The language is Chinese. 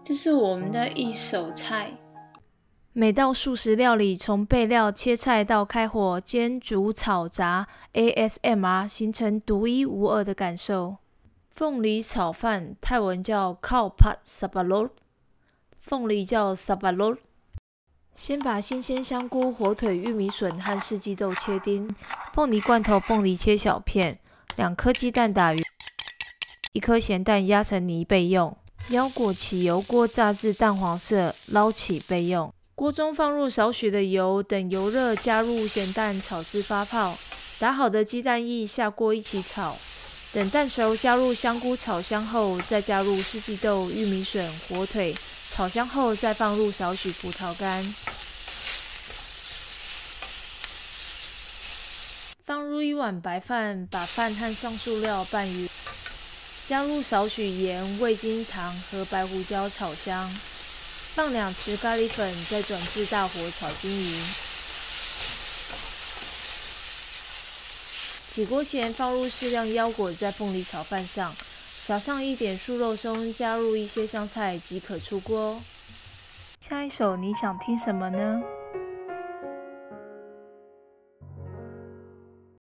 这是我们的一手菜。 每道素食料理从备料、切菜到开火煎、煮、炒、炸 ，ASMR 形成独一无二的感受。凤梨炒饭，泰文叫 Khao Pat Sabalot， 凤梨叫 Sabalot。先把新鲜香菇、火腿、玉米笋和四季豆切丁，凤梨罐头、凤梨切小片，2颗鸡蛋打匀，1颗咸蛋压成泥备用。腰果起油锅炸至淡黄色，捞起备用。锅中放入少许的油，等油热，加入咸蛋炒至发泡。打好的鸡蛋液下锅一起炒，等蛋熟，加入香菇炒香后，再加入四季豆、玉米笋、火腿，炒香后再放入少许葡萄干，放入1碗白饭，把饭和上述料拌匀，加入少许盐、味精、糖和白胡椒炒香。放2匙咖喱粉，再转至大火炒均匀。起锅前放入适量腰果在凤梨炒饭上，撒上一点素肉松，加入一些香菜即可出锅。下一首你想听什么呢？